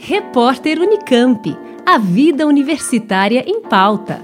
Repórter Unicamp. A vida universitária em pauta.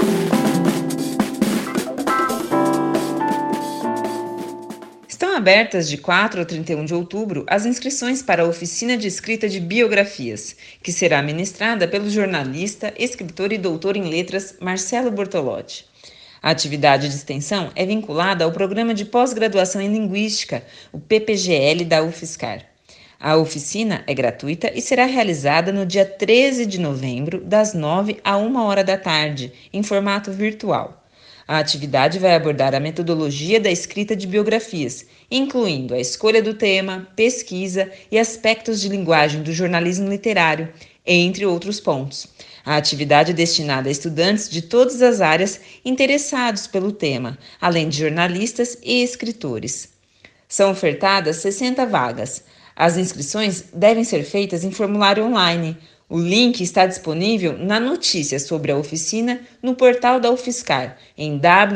Estão abertas de 4 a 31 de outubro as inscrições para a oficina de escrita de biografias, que será ministrada pelo jornalista, escritor e doutor em letras Marcelo Bortolotti. A atividade de extensão é vinculada ao Programa de Pós-Graduação em Linguística, o PPGL da UFSCar. A oficina é gratuita e será realizada no dia 13 de novembro, das 9 a 1 hora da tarde, em formato virtual. A atividade vai abordar a metodologia da escrita de biografias, incluindo a escolha do tema, pesquisa e aspectos de linguagem do jornalismo literário, entre outros pontos. A atividade é destinada a estudantes de todas as áreas interessados pelo tema, além de jornalistas e escritores. São ofertadas 60 vagas. As inscrições devem ser feitas em formulário online. O link está disponível na notícia sobre a oficina no portal da UFSCar, em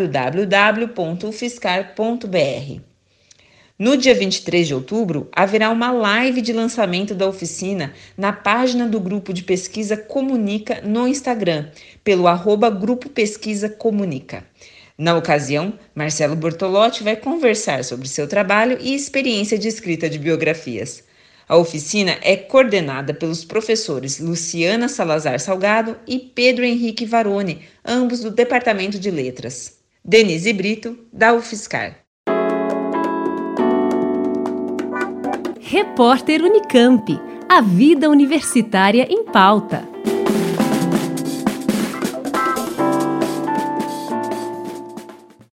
www.ufscar.br. No dia 23 de outubro, haverá uma live de lançamento da oficina na página do Grupo de Pesquisa Comunica no Instagram, pelo @Grupo Pesquisa Comunica. Na ocasião, Marcelo Bortolotti vai conversar sobre seu trabalho e experiência de escrita de biografias. A oficina é coordenada pelos professores Luciana Salazar Salgado e Pedro Henrique Varone, ambos do Departamento de Letras. Denise Brito, da UFSCar. Repórter Unicamp. A vida universitária em pauta.